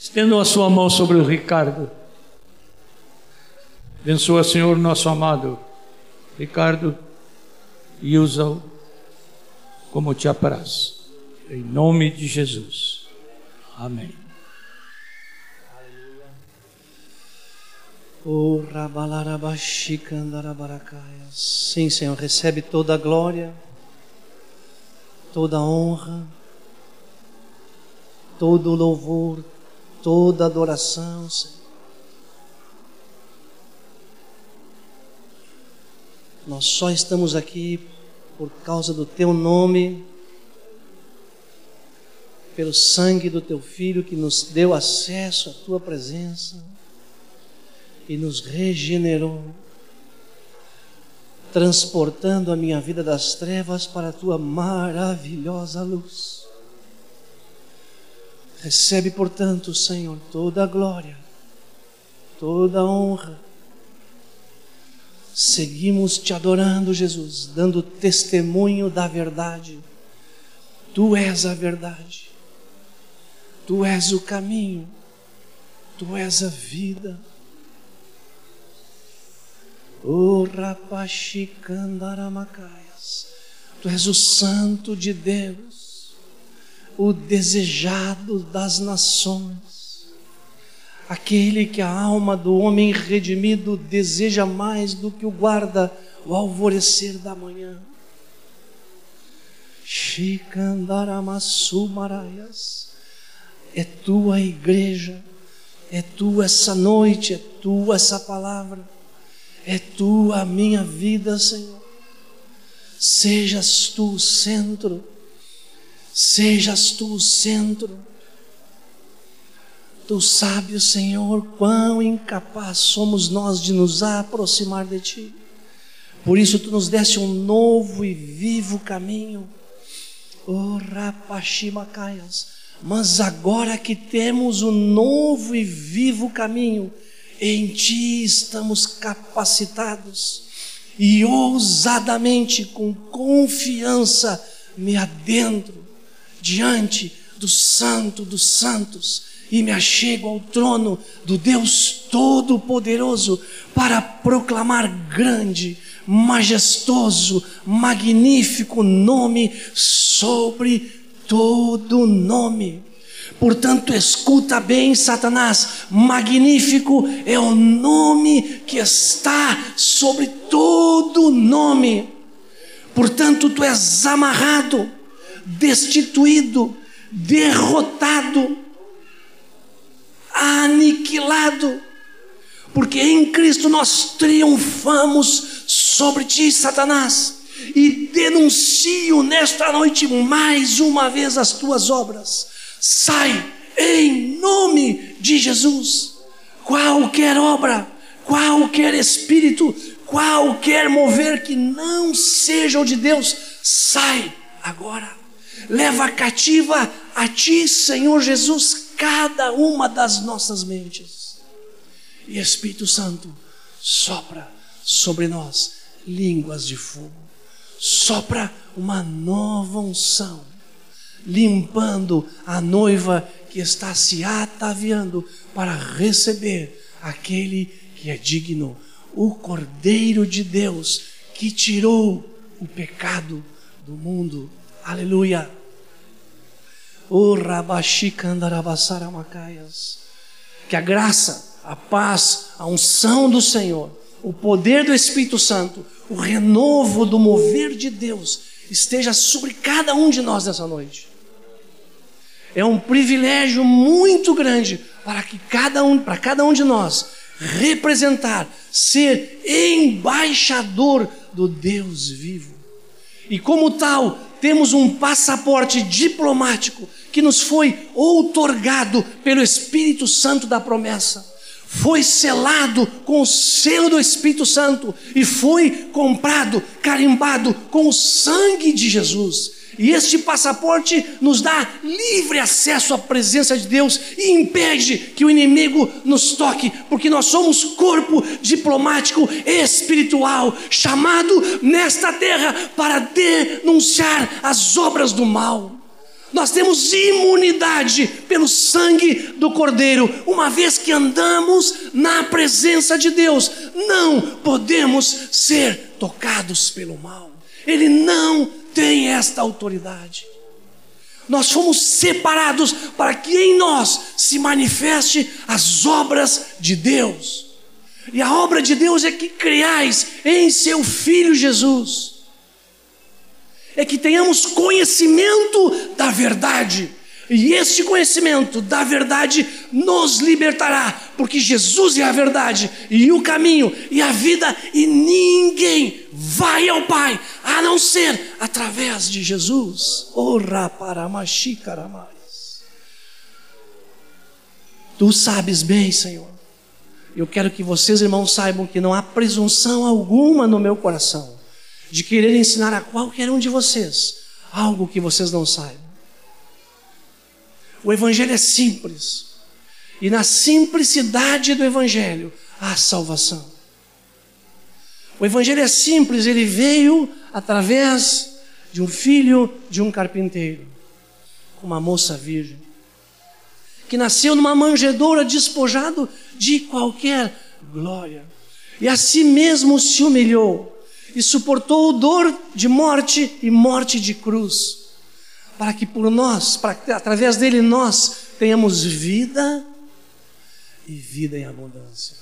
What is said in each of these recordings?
Estenda a sua mão sobre o Ricardo. Abençoa, Senhor, nosso amado Ricardo, e usa-o como te apraz. Em nome de Jesus. Amém. Sim, Senhor, recebe toda a glória, toda a honra, todo o louvor, toda a adoração, Senhor. Nós só estamos aqui por causa do Teu nome, pelo sangue do Teu Filho que nos deu acesso à Tua presença e nos regenerou, transportando a minha vida das trevas para a Tua maravilhosa luz. Recebe, portanto, Senhor, toda a glória, toda a honra. Seguimos te adorando, Jesus, dando testemunho da verdade. Tu és a verdade, Tu és o caminho, Tu és a vida. O Rapachicandaramacaias, Tu és o Santo de Deus, o desejado das nações, aquele que a alma do homem redimido deseja mais do que o guarda o alvorecer da manhã. Chicandaramaçumaraias, é Tua igreja, é Tu essa noite, é Tu essa palavra, é Tu a minha vida, Senhor. Sejas Tu o centro, sejas Tu o centro. Tu sabes, Senhor, quão incapaz somos nós de nos aproximar de Ti. Por isso Tu nos deste um novo e vivo caminho. Oh, Rapachimacaias. Mas agora que temos um novo e vivo caminho, em Ti estamos capacitados e ousadamente, com confiança, me adentro diante do Santo dos Santos e me achego ao trono do Deus Todo-Poderoso para proclamar grande, majestoso, magnífico nome sobre todo nome. Portanto, escuta bem, Satanás, magnífico é o nome que está sobre todo nome. Portanto, tu és amarrado, destituído, derrotado, aniquilado, porque em Cristo nós triunfamos sobre ti, Satanás. E denuncio nesta noite mais uma vez as tuas obras. Sai em nome de Jesus. Qualquer obra, qualquer espírito, qualquer mover que não seja o de Deus, sai agora. Leva cativa a ti, Senhor Jesus, cada uma das nossas mentes. E Espírito Santo, sopra sobre nós línguas de fogo. Sopra uma nova unção, limpando a noiva que está se ataviando para receber aquele que é digno, o Cordeiro de Deus que tirou o pecado do mundo. Aleluia. O Rabachicandarabasaramacaias. Que a graça, a paz, a unção do Senhor, o poder do Espírito Santo, o renovo do mover de Deus esteja sobre cada um de nós nessa noite. É um privilégio muito grande para cada um de nós representar, ser embaixador do Deus vivo. E como tal, temos um passaporte diplomático que nos foi outorgado pelo Espírito Santo da promessa. Foi selado com o selo do Espírito Santo e foi comprado, carimbado com o sangue de Jesus. E este passaporte nos dá livre acesso à presença de Deus e impede que o inimigo nos toque, porque nós somos corpo diplomático espiritual, chamado nesta terra para denunciar as obras do mal. Nós temos imunidade pelo sangue do Cordeiro, uma vez que andamos na presença de Deus. Não podemos ser tocados pelo mal. Ele não tem esta autoridade. Nós fomos separados para que em nós se manifeste as obras de Deus. E a obra de Deus é que creais em seu Filho Jesus. É que tenhamos conhecimento da verdade. E este conhecimento da verdade nos libertará, porque Jesus é a verdade e o caminho e a vida, e ninguém vai ao Pai a não ser através de Jesus. Tu sabes bem, Senhor. Eu quero que vocês, irmãos, saibam que não há presunção alguma no meu coração de querer ensinar a qualquer um de vocês algo que vocês não saibam. O Evangelho é simples, e na simplicidade do Evangelho há salvação. O Evangelho é simples, ele veio através de um filho de um carpinteiro, uma moça virgem, que nasceu numa manjedoura, despojado de qualquer glória, e a si mesmo se humilhou, e suportou dor de morte e morte de cruz, para que por nós, para que através dele nós tenhamos vida e vida em abundância.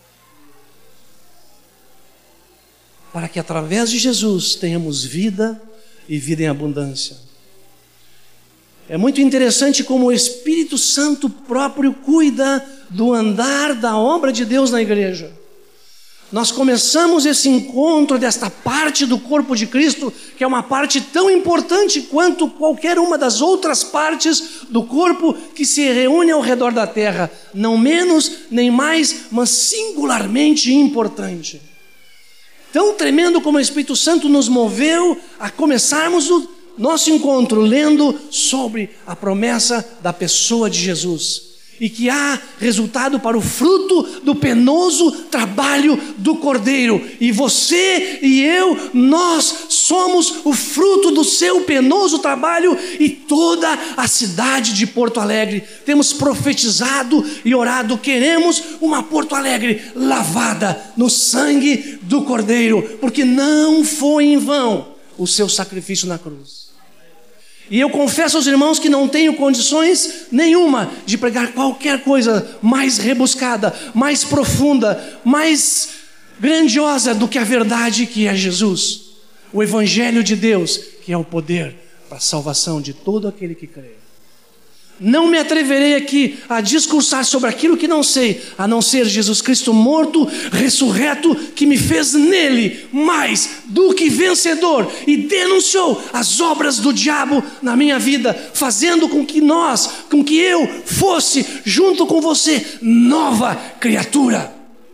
Para que através de Jesus tenhamos vida e vida em abundância. É muito interessante como o Espírito Santo próprio cuida do andar da obra de Deus na igreja. Nós começamos esse encontro desta parte do corpo de Cristo, que é uma parte tão importante quanto qualquer uma das outras partes do corpo que se reúne ao redor da terra, não menos nem mais, mas singularmente importante. Tão tremendo como o Espírito Santo nos moveu a começarmos o nosso encontro lendo sobre a promessa da pessoa de Jesus, e que há resultado para o fruto do penoso trabalho do Cordeiro. E você e eu, nós somos o fruto do seu penoso trabalho, e toda a cidade de Porto Alegre. Temos profetizado e orado, queremos uma Porto Alegre lavada no sangue do Cordeiro, porque não foi em vão o seu sacrifício na cruz. E eu confesso aos irmãos que não tenho condições nenhuma de pregar qualquer coisa mais rebuscada, mais profunda, mais grandiosa do que a verdade que é Jesus, o Evangelho de Deus, que é o poder para a salvação de todo aquele que crê. Não me atreverei aqui a discursar sobre aquilo que não sei, a não ser Jesus Cristo morto, ressurreto, que me fez nele mais do que vencedor e denunciou as obras do diabo na minha vida, fazendo com que eu fosse, junto com você, nova criatura.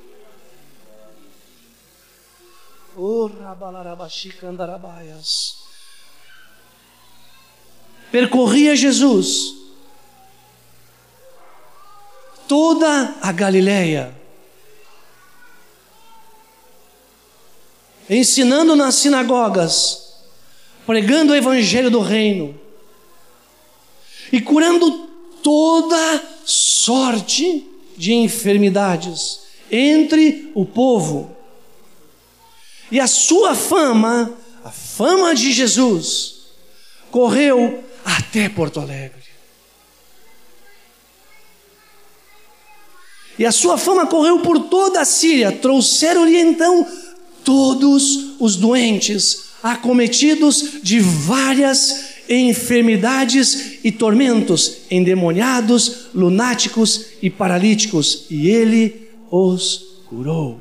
Percorria Jesus toda a Galileia, ensinando nas sinagogas, pregando o evangelho do reino e curando toda sorte de enfermidades entre o povo. E a sua fama, a fama de Jesus, correu até Porto Alegre. E a sua fama correu por toda a Síria. Trouxeram-lhe então todos os doentes, acometidos de várias enfermidades e tormentos, endemoniados, lunáticos e paralíticos, e ele os curou.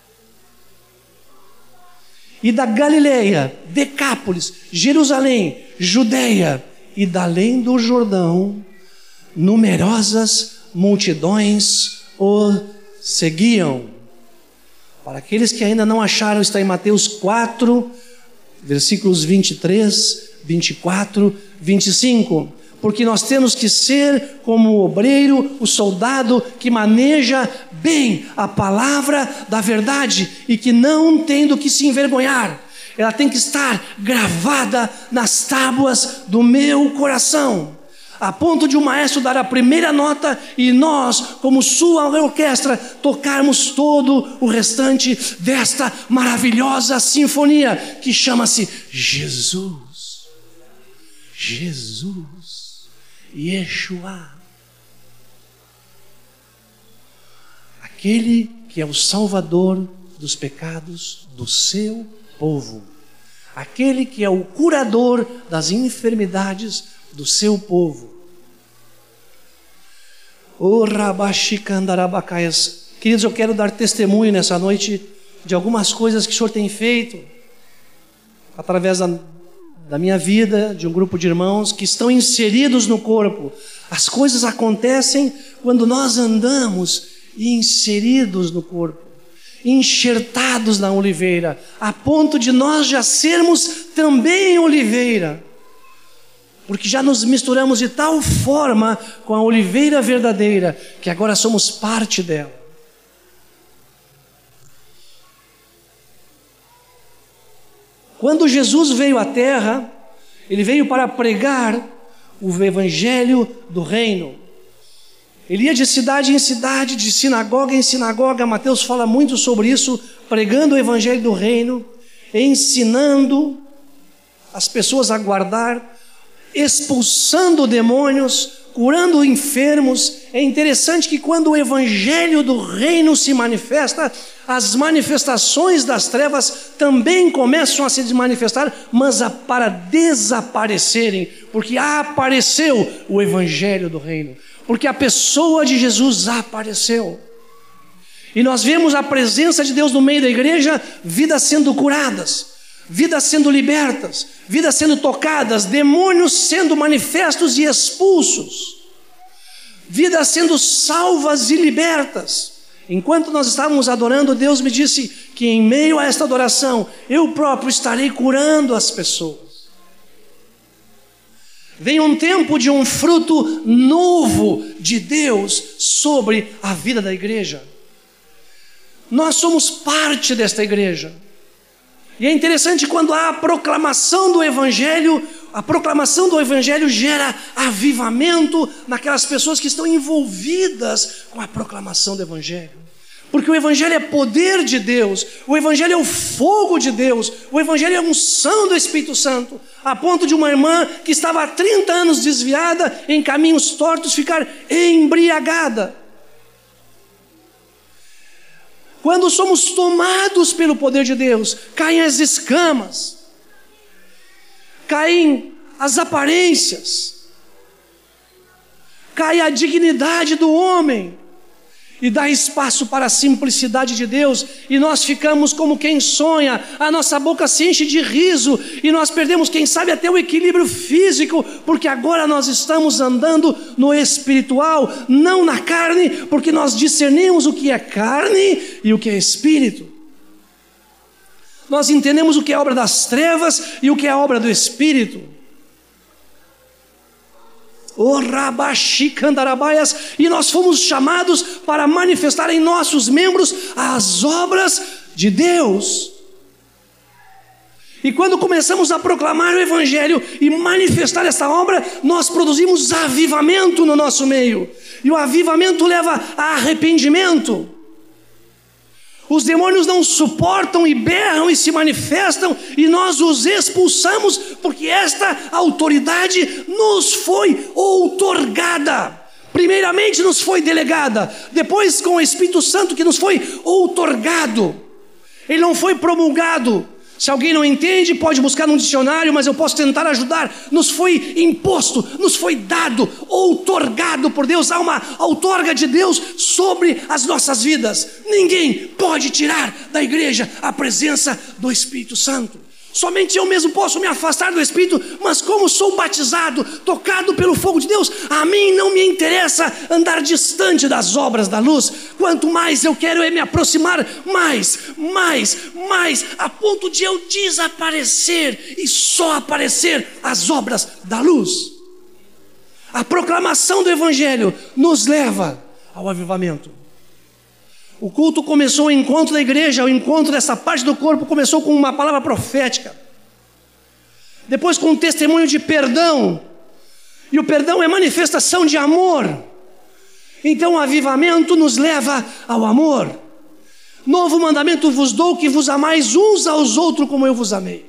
E da Galileia, Decápolis, Jerusalém, Judeia e da além do Jordão, numerosas multidões o seguiam. Para aqueles que ainda não acharam, está em Mateus 4, versículos 23, 24, 25. Porque nós temos que ser como o obreiro, o soldado que maneja bem a palavra da verdade e que não tem do que se envergonhar. ela tem que estar gravada nas tábuas do meu coração, a ponto de o maestro dar a primeira nota e nós, como sua orquestra, tocarmos todo o restante desta maravilhosa sinfonia que chama-se Jesus. Jesus, Yeshua, aquele que é o Salvador dos pecados do seu povo, aquele que é o curador das enfermidades do seu povo. Oh, Rabashikandarabacaias. Queridos, eu quero dar testemunho nessa noite de algumas coisas que o Senhor tem feito através da minha vida, de um grupo de irmãos que estão inseridos no corpo. As coisas acontecem quando nós andamos inseridos no corpo, enxertados na oliveira, a ponto de nós já sermos também oliveira, porque já nos misturamos de tal forma com a oliveira verdadeira, que agora somos parte dela. Quando Jesus veio à terra, ele veio para pregar o evangelho do reino. Ele ia de cidade em cidade, de sinagoga em sinagoga. Mateus fala muito sobre isso, pregando o evangelho do reino, ensinando as pessoas a guardar, expulsando demônios, curando enfermos. É interessante que quando o evangelho do reino se manifesta, as manifestações das trevas também começam a se manifestar, mas para desaparecerem, porque apareceu o evangelho do reino, porque a pessoa de Jesus apareceu. E nós vemos a presença de Deus no meio da igreja, vidas sendo curadas, vidas sendo libertas, vidas sendo tocadas, demônios sendo manifestos e expulsos, vidas sendo salvas e libertas. Enquanto nós estávamos adorando, Deus me disse que em meio a esta adoração, eu próprio estarei curando as pessoas. Vem um tempo de um fruto novo de Deus sobre a vida da igreja. Nós somos parte desta igreja. E é interessante quando há a proclamação do Evangelho, a proclamação do Evangelho gera avivamento naquelas pessoas que estão envolvidas com a proclamação do Evangelho. Porque o Evangelho é poder de Deus, o Evangelho é o fogo de Deus, o Evangelho é a unção do Espírito Santo, a ponto de uma irmã que estava há 30 anos desviada, em caminhos tortos, ficar embriagada. Quando somos tomados pelo poder de Deus, caem as escamas, caem as aparências, cai a dignidade do homem, e dá espaço para a simplicidade de Deus, e nós ficamos como quem sonha, a nossa boca se enche de riso, e nós perdemos, quem sabe, até o equilíbrio físico, porque agora nós estamos andando no espiritual, não na carne, porque nós discernimos o que é carne e o que é espírito. Nós entendemos o que é obra das trevas e o que é obra do espírito. O Rabashikandarabaias, e nós fomos chamados para manifestar em nossos membros as obras de Deus. E quando começamos a proclamar o Evangelho e manifestar essa obra, nós produzimos avivamento no nosso meio, e o avivamento leva a arrependimento. Os demônios não suportam e berram e se manifestam, e nós os expulsamos, porque esta autoridade nos foi outorgada. Primeiramente nos foi delegada, depois com o Espírito Santo que nos foi outorgado. Ele não foi promulgado. Se alguém não entende, pode buscar num dicionário, mas eu posso tentar ajudar. Nos foi imposto, nos foi dado, outorgado por Deus. Há uma outorga de Deus sobre as nossas vidas. Ninguém pode tirar da igreja a presença do Espírito Santo. Somente eu mesmo posso me afastar do Espírito, mas como sou batizado, tocado pelo fogo de Deus, a mim não me interessa andar distante das obras da luz. Quanto mais eu quero me aproximar, mais, a ponto de eu desaparecer e só aparecer as obras da luz. A proclamação do Evangelho nos leva ao avivamento. O culto começou, o encontro da igreja, o encontro dessa parte do corpo começou com uma palavra profética. Depois com um testemunho de perdão. E o perdão é manifestação de amor. Então o avivamento nos leva ao amor. Novo mandamento vos dou, que vos amais uns aos outros como eu vos amei.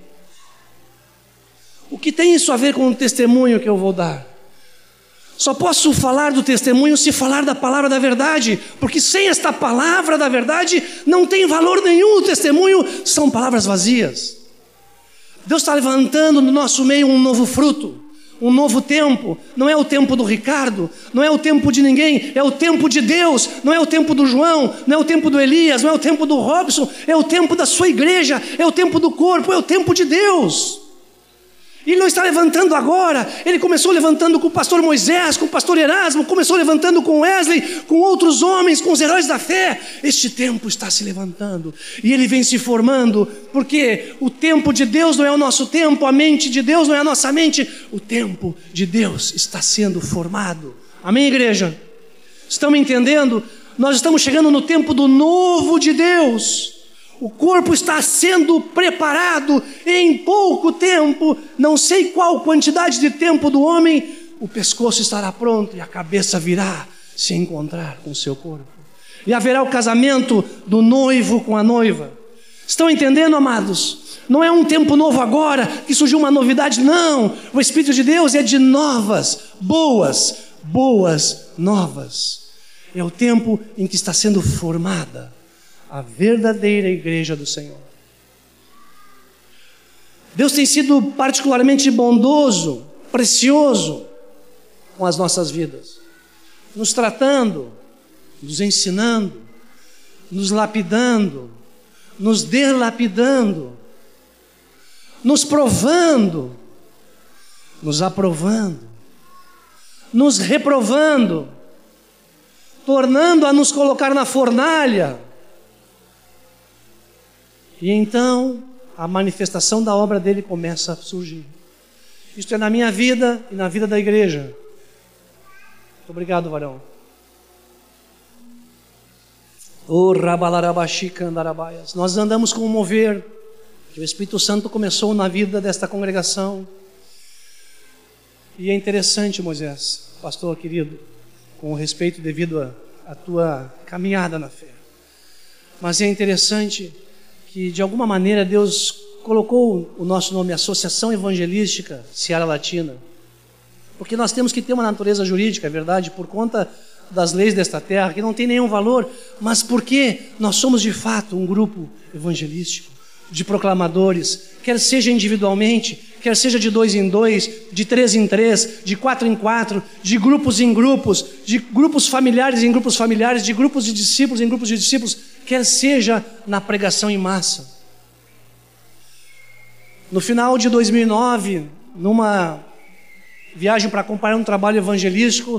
O que tem isso a ver com o testemunho que eu vou dar? Só posso falar do testemunho se falar da palavra da verdade, porque sem esta palavra da verdade não tem valor nenhum. O testemunho são palavras vazias. Deus está levantando no nosso meio um novo fruto, um novo tempo. Não é o tempo do Ricardo, não é o tempo de ninguém, é o tempo de Deus. Não é o tempo do João, não é o tempo do Elias, não é o tempo do Robson, é o tempo da sua igreja, é o tempo do corpo, é o tempo de Deus. E Ele não está levantando agora. Ele começou levantando com o pastor Moisés, com o pastor Erasmo, começou levantando com Wesley, com outros homens, com os heróis da fé. Este tempo está se levantando e ele vem se formando, porque o tempo de Deus não é o nosso tempo, a mente de Deus não é a nossa mente. O tempo de Deus está sendo formado. Amém, igreja? Estão me entendendo? Nós estamos chegando no tempo do novo de Deus. O corpo está sendo preparado em pouco tempo, não sei qual quantidade de tempo do homem, o pescoço estará pronto e a cabeça virá se encontrar com o seu corpo. E haverá o casamento do noivo com a noiva. Estão entendendo, amados? Não é um tempo novo agora, que surgiu uma novidade, não. O Espírito de Deus é de novas, boas novas. É o tempo em que está sendo formada a verdadeira igreja do Senhor. Deus tem sido particularmente bondoso, precioso com as nossas vidas, nos tratando, nos ensinando, nos lapidando, nos delapidando, nos provando, nos aprovando, nos reprovando, tornando a nos colocar na fornalha. E então a manifestação da obra dele começa a surgir. Isto é na minha vida e na vida da igreja. Muito obrigado, varão. Nós andamos com o mover que o Espírito Santo começou na vida desta congregação. E é interessante, Moisés, pastor querido, com o respeito devido à tua caminhada na fé. Mas é interessante que de alguma maneira Deus colocou o nosso nome, Associação Evangelística Seara Latina, porque nós temos que ter uma natureza jurídica, é verdade, por conta das leis desta terra, que não tem nenhum valor, mas porque nós somos de fato um grupo evangelístico, de proclamadores, quer seja individualmente, quer seja de 2 em 2, de 3 em 3, de 4 em 4, de grupos em grupos, de grupos familiares em grupos familiares, de grupos de discípulos em grupos de discípulos, quer seja na pregação em massa. No final de 2009, numa viagem para acompanhar um trabalho evangelístico,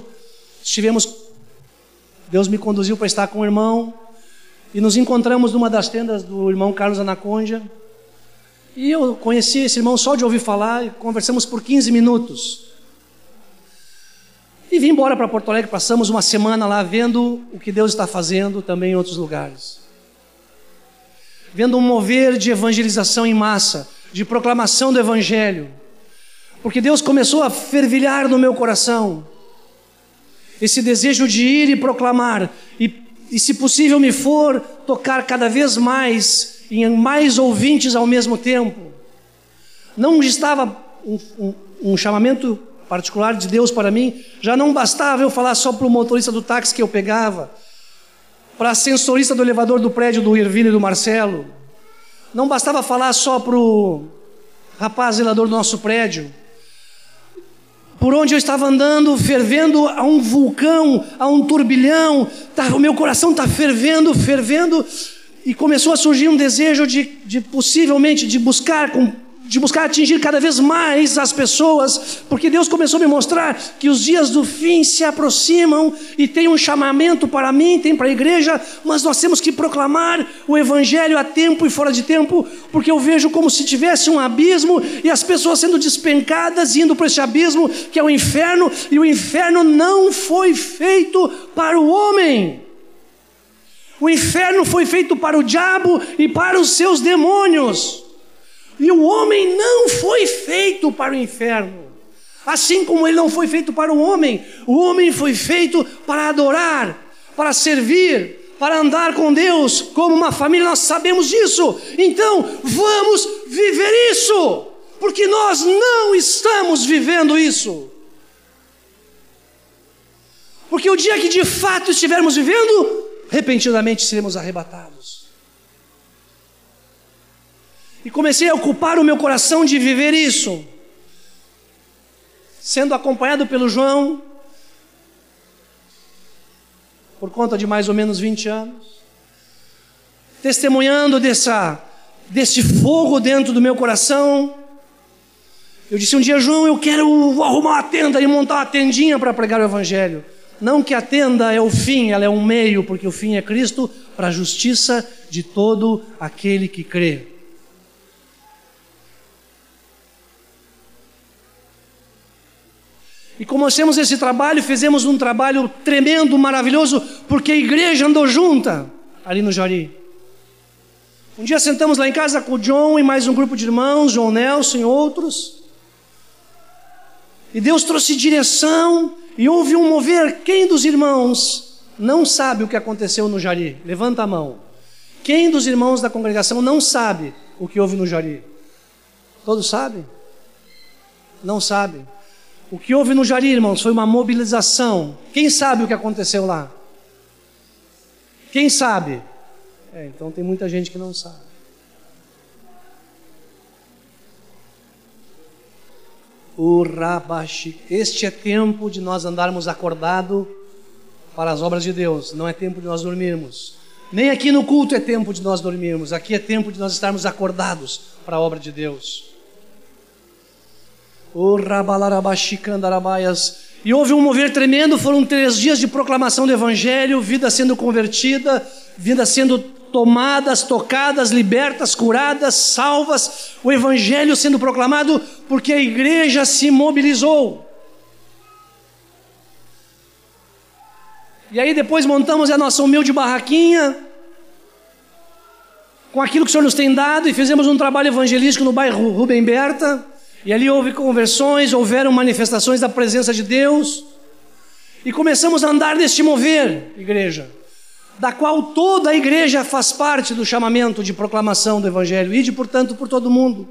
Deus me conduziu para estar com o irmão, e nos encontramos numa das tendas do irmão Carlos Anacondia, e eu conheci esse irmão só de ouvir falar, e conversamos por 15 minutos. E vim embora para Porto Alegre, passamos uma semana lá vendo o que Deus está fazendo também em outros lugares. Vendo um mover de evangelização em massa, de proclamação do Evangelho. Porque Deus começou a fervilhar no meu coração esse desejo de ir e proclamar, e se possível me for, tocar cada vez mais, em mais ouvintes ao mesmo tempo. Não estava um chamamento particular de Deus para mim, já não bastava eu falar só para o motorista do táxi que eu pegava, para a sensorista do elevador do prédio do Irvine e do Marcelo, não bastava falar só para o rapaz zelador do nosso prédio. Por onde eu estava andando, fervendo a um vulcão, a um turbilhão, o meu coração está fervendo, e começou a surgir um desejo de possivelmente buscar atingir cada vez mais as pessoas, porque Deus começou a me mostrar que os dias do fim se aproximam e tem um chamamento para mim, tem para a igreja, mas nós temos que proclamar o Evangelho a tempo e fora de tempo, porque eu vejo como se tivesse um abismo e as pessoas sendo despencadas, indo para esse abismo que é o inferno, e o inferno não foi feito para o homem. O inferno foi feito para o diabo e para os seus demônios. E o homem não foi feito para o inferno. Assim como ele não foi feito para o homem foi feito para adorar, para servir, para andar com Deus como uma família. Nós sabemos disso. Então, vamos viver isso, porque nós não estamos vivendo isso. Porque o dia que de fato estivermos vivendo, repentinamente seremos arrebatados. E comecei a ocupar o meu coração de viver isso, sendo acompanhado pelo João, por conta de mais ou menos 20 anos, testemunhando desse fogo dentro do meu coração. Eu disse um dia: João, eu quero arrumar uma tenda e montar uma tendinha para pregar o Evangelho. Não que a tenda é o fim, ela é um meio, porque o fim é Cristo, para a justiça de todo aquele que crê. E como nós temos esse trabalho, fizemos um trabalho tremendo, maravilhoso, porque a igreja andou junta, ali no Jari. Um dia sentamos lá em casa com o John e mais um grupo de irmãos, João Nelson e outros, e Deus trouxe direção, e houve um mover. Quem dos irmãos não sabe o que aconteceu no Jari? Levanta a mão. Quem dos irmãos da congregação não sabe o que houve no Jari? Todos sabem? Não sabem. O que houve no Jari, irmãos, foi uma mobilização. Quem sabe o que aconteceu lá? Quem sabe? Então tem muita gente que não sabe. O Rabashi. Este é tempo de nós andarmos acordado para as obras de Deus. Não é tempo de nós dormirmos. Nem aqui no culto é tempo de nós dormirmos. Aqui é tempo de nós estarmos acordados para a obra de Deus. O Rabalarabashi Kandarabaias. E houve um mover tremendo. Foram 3 dias de proclamação do Evangelho, vida sendo convertida, vida sendo tomadas, tocadas, libertas, curadas, salvas, o Evangelho sendo proclamado, porque a igreja se mobilizou. E aí depois montamos a nossa humilde barraquinha, com aquilo que o Senhor nos tem dado, e fizemos um trabalho evangelístico no bairro Rubem Berta, e ali houve conversões, houveram manifestações da presença de Deus, e começamos a andar neste mover, igreja, da qual toda a igreja faz parte do chamamento de proclamação do Evangelho. Ide, portanto, por todo mundo,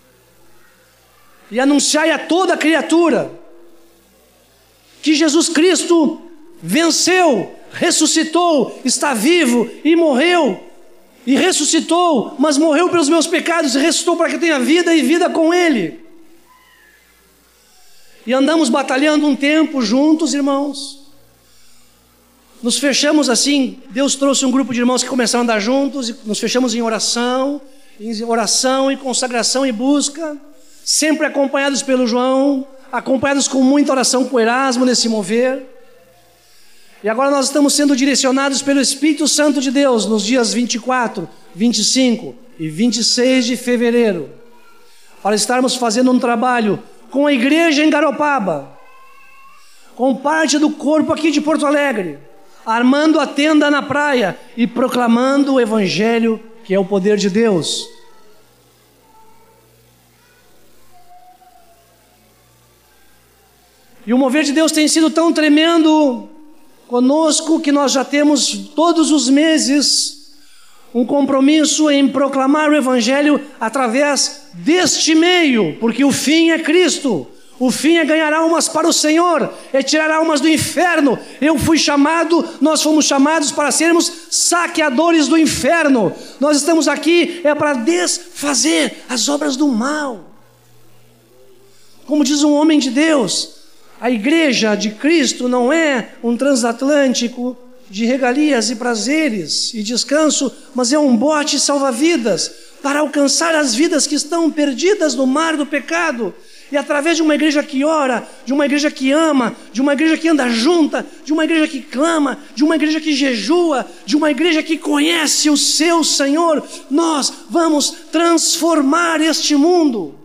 e anunciai a toda criatura que Jesus Cristo venceu, ressuscitou, está vivo e morreu, e ressuscitou, mas morreu pelos meus pecados e ressuscitou para que eu tenha vida e vida com Ele. E andamos batalhando um tempo juntos, irmãos. Nos fechamos assim, Deus trouxe um grupo de irmãos que começaram a andar juntos, e nos fechamos em oração e consagração e busca, sempre acompanhados pelo João, acompanhados com muita oração com o Erasmo nesse mover. E agora nós estamos sendo direcionados pelo Espírito Santo de Deus nos dias 24, 25 e 26 de fevereiro, para estarmos fazendo um trabalho com a igreja em Garopaba, com parte do corpo aqui de Porto Alegre, armando a tenda na praia e proclamando o Evangelho, que é o poder de Deus. E o mover de Deus tem sido tão tremendo conosco que nós já temos todos os meses um compromisso em proclamar o Evangelho através deste meio, porque o fim é Cristo. O fim é ganhar almas para o Senhor, é tirar almas do inferno. Nós fomos chamados para sermos saqueadores do inferno. Nós estamos aqui para desfazer as obras do mal. Como diz um homem de Deus, a igreja de Cristo não é um transatlântico de regalias e prazeres e descanso, mas é um bote salva-vidas para alcançar as vidas que estão perdidas no mar do pecado. E através de uma igreja que ora, de uma igreja que ama, de uma igreja que anda junta, de uma igreja que clama, de uma igreja que jejua, de uma igreja que conhece o seu Senhor, nós vamos transformar este mundo.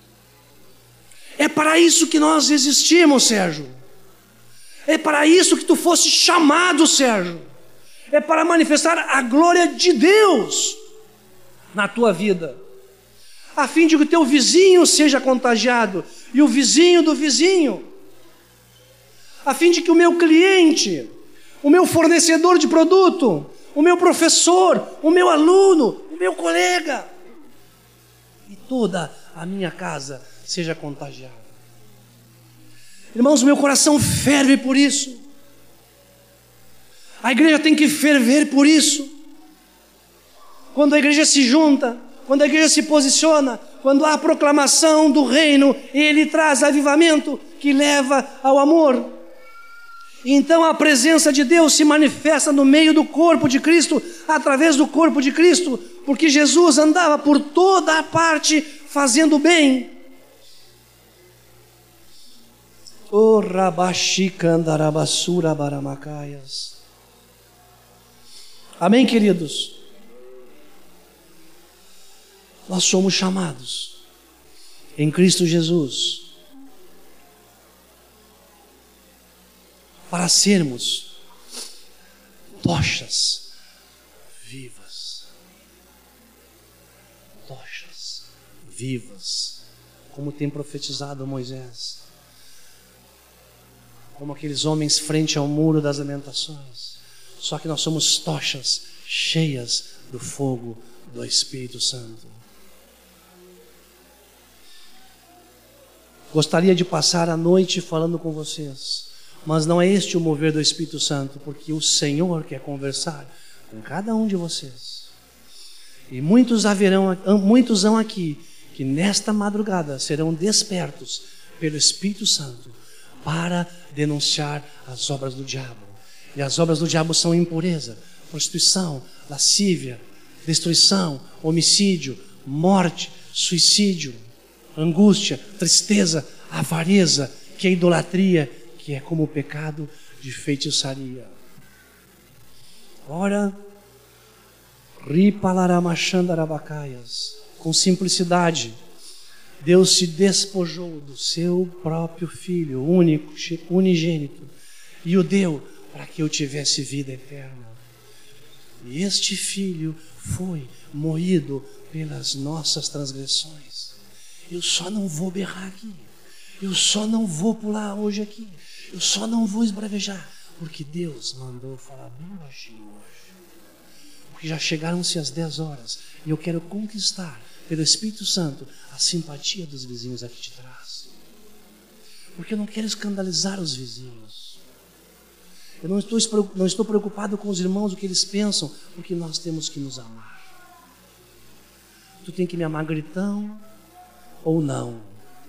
É para isso que nós existimos, Sérgio. É para isso que tu foste chamado, Sérgio. é para manifestar a glória de Deus na tua vida, a fim de que o teu vizinho seja contagiado, e o vizinho do vizinho, a fim de que o meu cliente, o meu fornecedor de produto, o meu professor, o meu aluno, o meu colega e toda a minha casa seja contagiada. Irmãos, meu coração ferve por isso. A igreja tem que ferver por isso. Quando a igreja se junta, quando a igreja se posiciona, quando há a proclamação do reino, ele traz avivamento que leva ao amor. Então a presença de Deus se manifesta no meio do corpo de Cristo, através do corpo de Cristo, porque Jesus andava por toda a parte fazendo bem. O Rabashikandarabassura Baramacaias. Amém, queridos? Nós somos chamados em Cristo Jesus para sermos tochas vivas. Tochas vivas, como tem profetizado Moisés, como aqueles homens frente ao muro das lamentações. Só que nós somos tochas cheias do fogo do Espírito Santo. Gostaria de passar a noite falando com vocês, mas não é este o mover do Espírito Santo, porque o Senhor quer conversar com cada um de vocês. E muitos hão aqui que nesta madrugada serão despertos pelo Espírito Santo para denunciar as obras do diabo. E as obras do diabo são impureza, prostituição, lascívia, destruição, homicídio, morte, suicídio, angústia, tristeza, avareza, que é idolatria, que é como o pecado de feitiçaria. Ora, ripalaramaxandarabacaias, com simplicidade, Deus se despojou do seu próprio Filho, único, unigênito, e o deu para que eu tivesse vida eterna. E este Filho foi moído pelas nossas transgressões. Eu só não vou berrar aqui, eu só não vou pular hoje aqui, eu só não vou esbravejar, porque Deus mandou falar bem baixinho hoje. Porque já chegaram-se as 10 horas e eu quero conquistar pelo Espírito Santo a simpatia dos vizinhos aqui de trás. Porque eu não quero escandalizar os vizinhos. Eu não estou preocupado com os irmãos, o que eles pensam, porque nós temos que nos amar. Tu tem que me amar gritão ou não?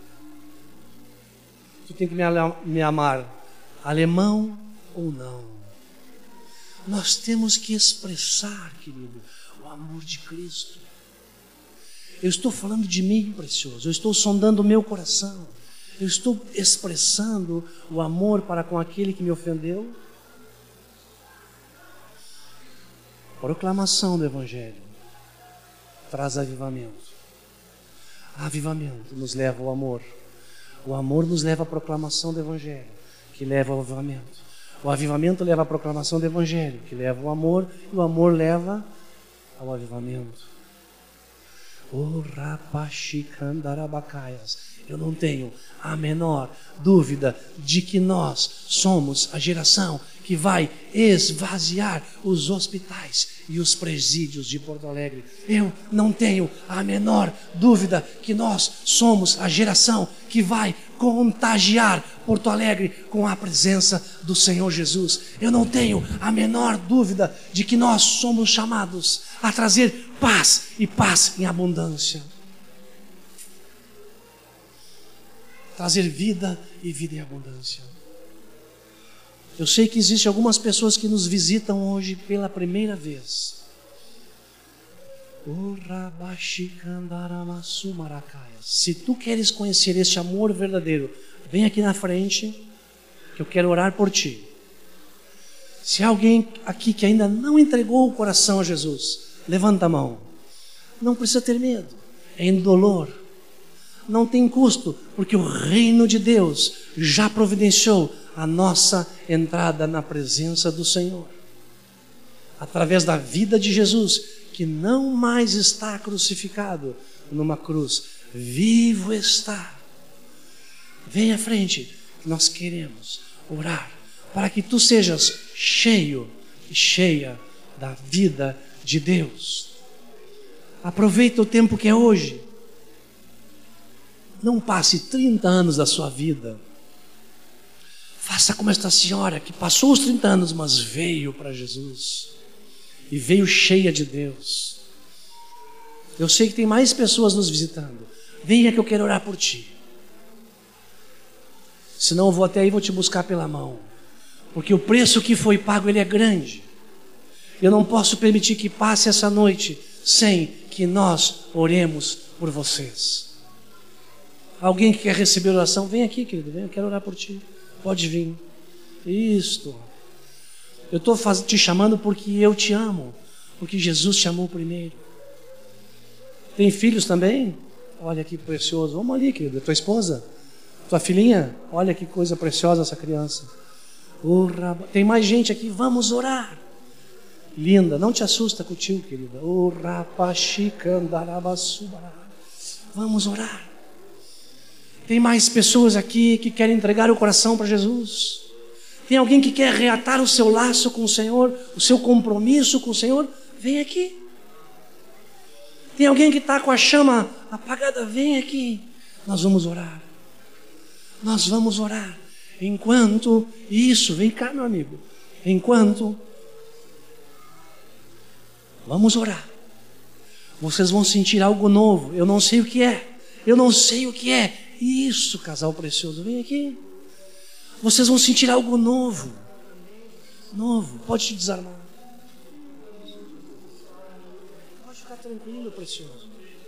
Tu tem que me amar alemão ou não? Nós temos que expressar, querido, o amor de Cristo. Eu estou falando de mim, precioso. Eu estou sondando o meu coração. Eu estou expressando o amor para com aquele que me ofendeu. Proclamação do Evangelho traz avivamento. Avivamento nos leva ao amor. O amor nos leva à proclamação do Evangelho, que leva ao avivamento. O avivamento leva à proclamação do Evangelho, que leva ao amor, e o amor leva ao avivamento. Oh, Rapashikandarabacaias. Eu não tenho a menor dúvida de que nós somos a geração que vai esvaziar os hospitais e os presídios de Porto Alegre. Eu não tenho a menor dúvida que nós somos a geração que vai contagiar Porto Alegre com a presença do Senhor Jesus. Eu não tenho a menor dúvida de que nós somos chamados a trazer paz e paz em abundância. Trazer vida e vida em abundância. Eu sei que existem algumas pessoas que nos visitam hoje pela primeira vez. Se tu queres conhecer este amor verdadeiro, vem aqui na frente, que eu quero orar por ti. Se há alguém aqui que ainda não entregou o coração a Jesus, levanta a mão. Não precisa ter medo, é indolor. Não tem custo, porque o reino de Deus já providenciou a nossa entrada na presença do Senhor. através da vida de Jesus, que não mais está crucificado numa cruz, vivo está. Vem à frente, nós queremos orar para que tu sejas cheio e cheia da vida de Deus. Aproveita o tempo que é hoje. Não passe 30 anos da sua vida. Faça como esta senhora que passou os 30 anos, mas veio para Jesus e veio cheia de Deus. Eu sei que tem mais pessoas nos visitando. Venha que eu quero orar por ti. Senão eu vou até aí e vou te buscar pela mão. Porque o preço que foi pago, ele é grande. Eu não posso permitir que passe essa noite sem que nós oremos por vocês. Alguém que quer receber oração, vem aqui, querido, vem, eu quero orar por ti. Pode vir. Isto. Eu estou te chamando porque eu te amo. Porque Jesus te amou primeiro. Tem filhos também? Olha que precioso. Vamos ali, querido, tua esposa, tua filhinha. Olha que coisa preciosa essa criança. Tem mais gente aqui, vamos orar. Linda, não te assusta com o tio, querida. Vamos orar. Tem mais pessoas aqui que querem entregar o coração para Jesus. Tem alguém que quer reatar o seu laço com o Senhor, o seu compromisso com o Senhor? Vem aqui. Tem alguém que está com a chama apagada? Vem aqui. Nós vamos orar. Nós vamos orar. Enquanto isso, vem cá, meu amigo. Enquanto vamos orar. Vocês vão sentir algo novo. Eu não sei o que é. Eu não sei o que é. Isso, casal precioso, vem aqui. Vocês vão sentir algo novo. Novo. Pode te desarmar. Pode ficar tranquilo, precioso.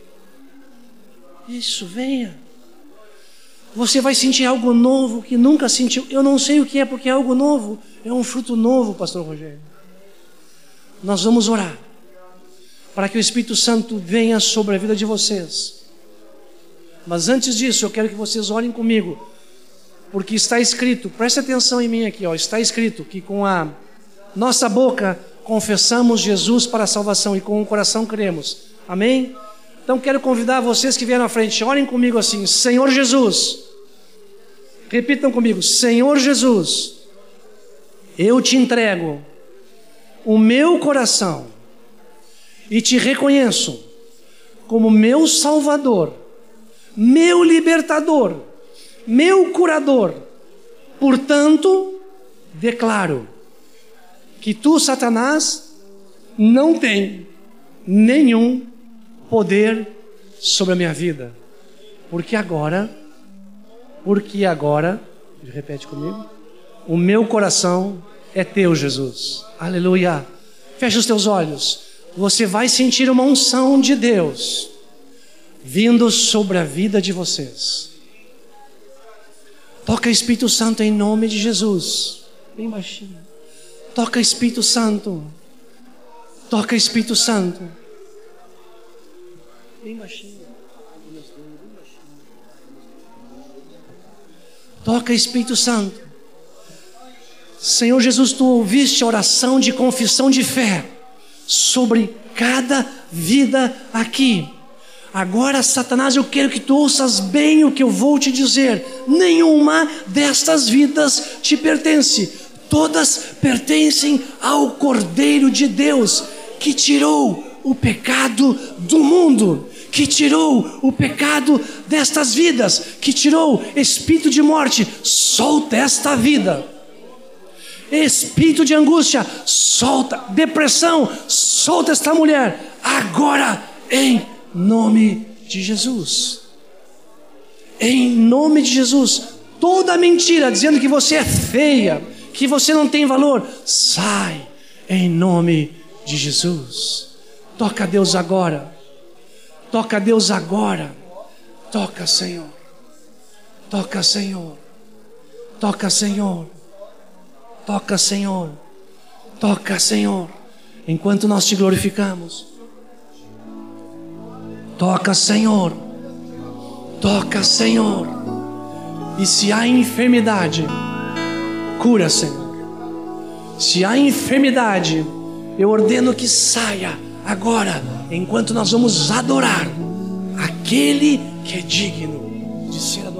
Isso, venha. Você vai sentir algo novo que nunca sentiu. Eu não sei o que é, porque é algo novo. É um fruto novo, pastor Rogério. Nós vamos orar para que o Espírito Santo venha sobre a vida de vocês. Mas antes disso, eu quero que vocês orem comigo, porque está escrito, preste atenção em mim aqui, está escrito que com a nossa boca confessamos Jesus para a salvação e com o coração cremos. Amém? Então quero convidar vocês que vieram à frente, orem comigo assim: Senhor Jesus, repitam comigo: Senhor Jesus, eu te entrego o meu coração e te reconheço como meu Salvador, meu libertador, meu curador. Portanto, declaro que tu, Satanás, não tem nenhum poder sobre a minha vida. Porque agora, repete comigo, o meu coração é teu, Jesus. Aleluia. Fecha os teus olhos. Você vai sentir uma unção de Deus vindo sobre a vida de vocês. Toca, Espírito Santo, em nome de Jesus. Bem baixinho. Toca, Espírito Santo. Toca, Espírito Santo. Bem baixinho. Toca, Espírito Santo. Senhor Jesus, tu ouviste a oração de confissão de fé sobre cada vida aqui. Agora, Satanás, eu quero que tu ouças bem o que eu vou te dizer. Nenhuma destas vidas te pertence. Todas pertencem ao Cordeiro de Deus, que tirou o pecado do mundo, que tirou o pecado destas vidas, que tirou espírito de morte. Solta esta vida. Espírito de angústia, solta. Depressão, solta esta mulher. Agora, em nome de Jesus. Em nome de Jesus. Toda mentira dizendo que você é feia, que você não tem valor, sai em nome de Jesus. Toca a Deus agora. Toca a Deus agora. Toca, Senhor. Toca, Senhor. Toca, Senhor. Toca, Senhor. Toca, Senhor. Enquanto nós te glorificamos. Toca, Senhor. Toca, Senhor. E se há enfermidade, cura, Senhor. Se há enfermidade, Eu ordeno que saia agora, enquanto nós vamos adorar aquele que é digno de ser adorado.